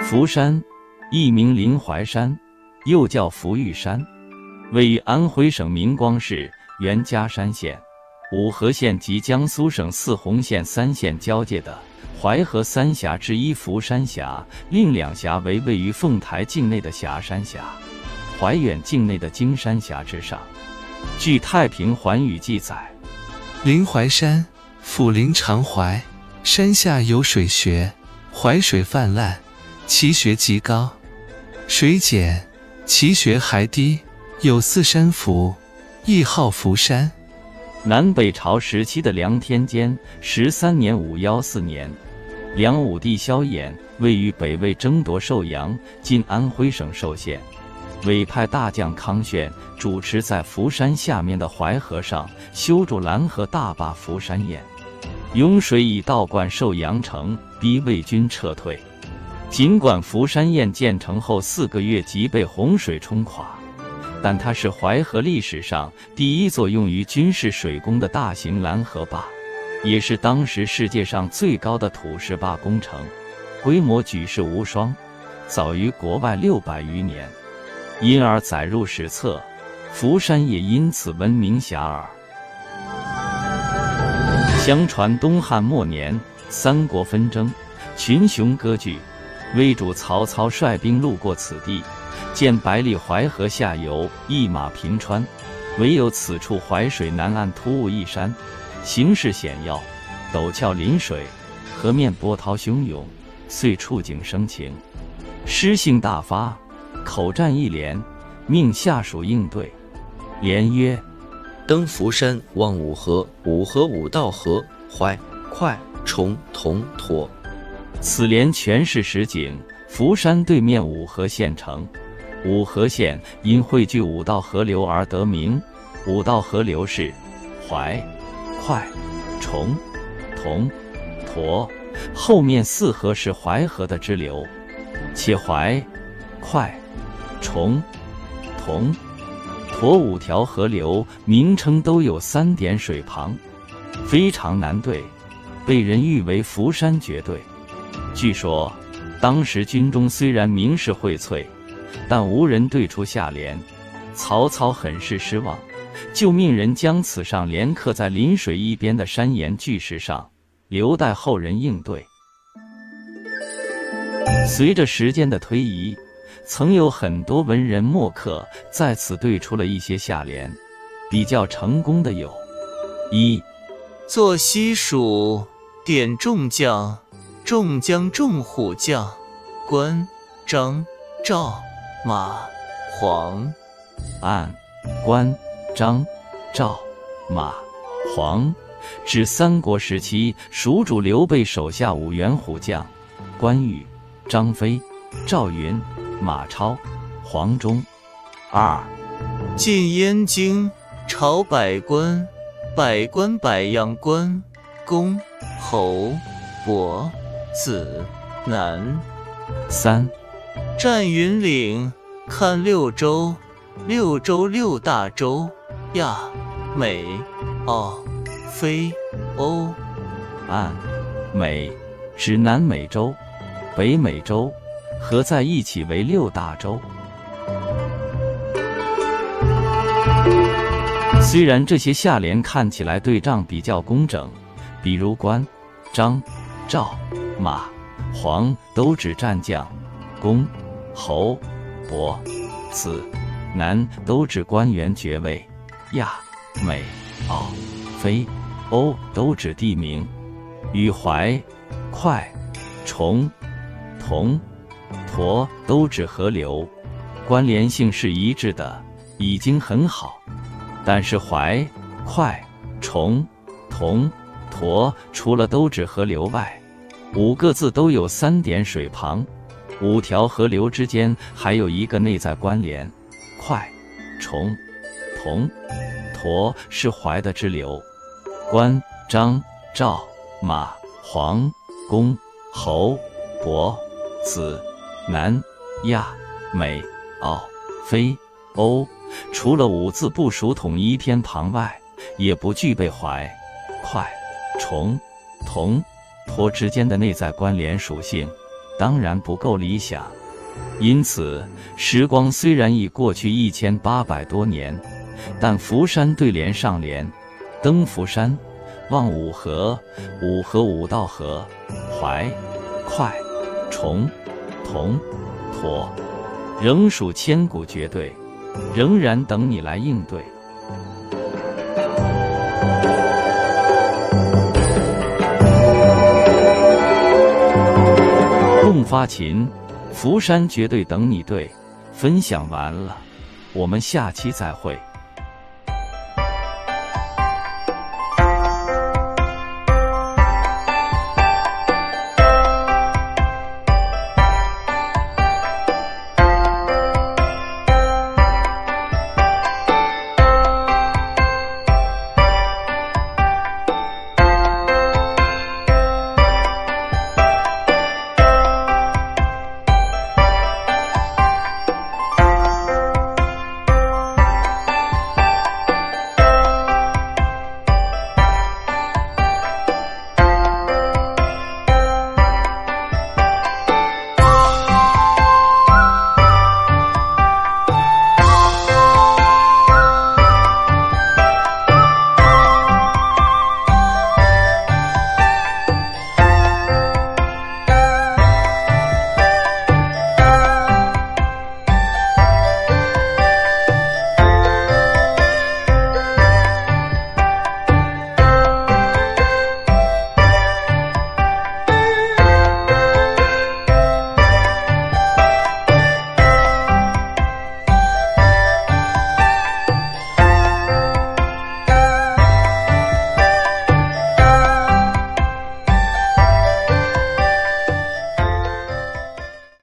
福山，艺名灵怀山，又叫福玉山，位于安徽省明光市原嘉山县、五河县及江苏省泗洪县3县交界的淮河3峡之一福山峡，另2峡为位于凤台境内的峡山峡、怀远境内的金山峡之上。据《太平寰宇》记载， 灵怀山，府临长淮，山下有水穴，淮水泛滥，其穴极高，水减，其穴还低，有4山符，亦号福山。 南北朝时期的梁天监13年514年，梁武帝萧衍为于北魏争夺寿阳（今安徽省寿县），委派大将康炫主持在福山下面的淮河上修筑拦河大坝福山堰，涌水以倒灌寿阳城，逼魏军撤退。尽管福山堰建成后4个月即被洪水冲垮，但它是淮河历史上第一座用于军事水工的大型拦河坝，也是当时世界上最高的土石坝工程，规模举世无双，早于国外600余年，因而载入史册，福山也因此闻名遐迩。相传东汉末年，三国纷争，群雄割据，魏主曹操率兵路过此地，见百里淮河下游一马平川，唯有此处淮水南岸突兀一山，形势险要，陡峭临水，河面波涛汹涌，遂触景生情，诗兴大发，口占一联，命下属应对。联曰： 登福山望五河，五河五道河，淮、快、崇、同、妥。 此联全是实景。福山对面五河县城，五河县因汇聚5道河流而得名。5道河流是淮、快、崇、同、妥，后面4河是淮河的支流，且淮、快、崇、同、妥5条河流名称都有3点水旁，非常难对，被人誉为福山绝对。据说当时军中虽然名士荟萃，但无人对出下联，曹操很是失望，就命人将此上联刻在临水一边的山岩巨石上，留待后人应对。随着时间的推移，曾有很多文人墨客在此对出了一些下联，比较成功的有：一、 作西蜀点众将，众将众虎将，关、张、赵、马、黄。 按关、张、赵、马、黄指三国时期蜀主刘备手下5员虎将：关羽、张飞、赵云、马超、黄忠。二、 晋燕京，朝百官，百官百样官，公、侯、伯、子、男。 三、 占云岭，看六州，六州6大洲，亚、美、澳、非、欧。 按美指南美洲、北美洲合在一起为6大洲。虽然这些下联看起来对仗比较工整，比如关、张、赵、马、黄都指战将，公、侯、伯、子、男都指官员爵位，亚、美、澳、非、欧都指地名，与淮、快、崇、同、妥都指河流，关联性是一致的，已经很好。但是淮、快、崇、同、妥除了都指河流外，5个字都有3点水旁，5条河流之间还有一个内在关联，快、崇、同、妥是淮的支流，关、张、赵、马、黄、公、侯、伯、子、男、亚、美、澳、非、欧除了5字部署统一偏旁外，也不具备淮、快、崇、同、妥之间的内在关联属性， 当然不够理想。因此，时光虽然已过去1800多年，但福山对联上联登福山，望五河，五河五道河，怀，快，重，同，妥，仍属千古绝对，仍然等你来应对。共发琴，福山绝对等你对。分享完了，我们下期再会。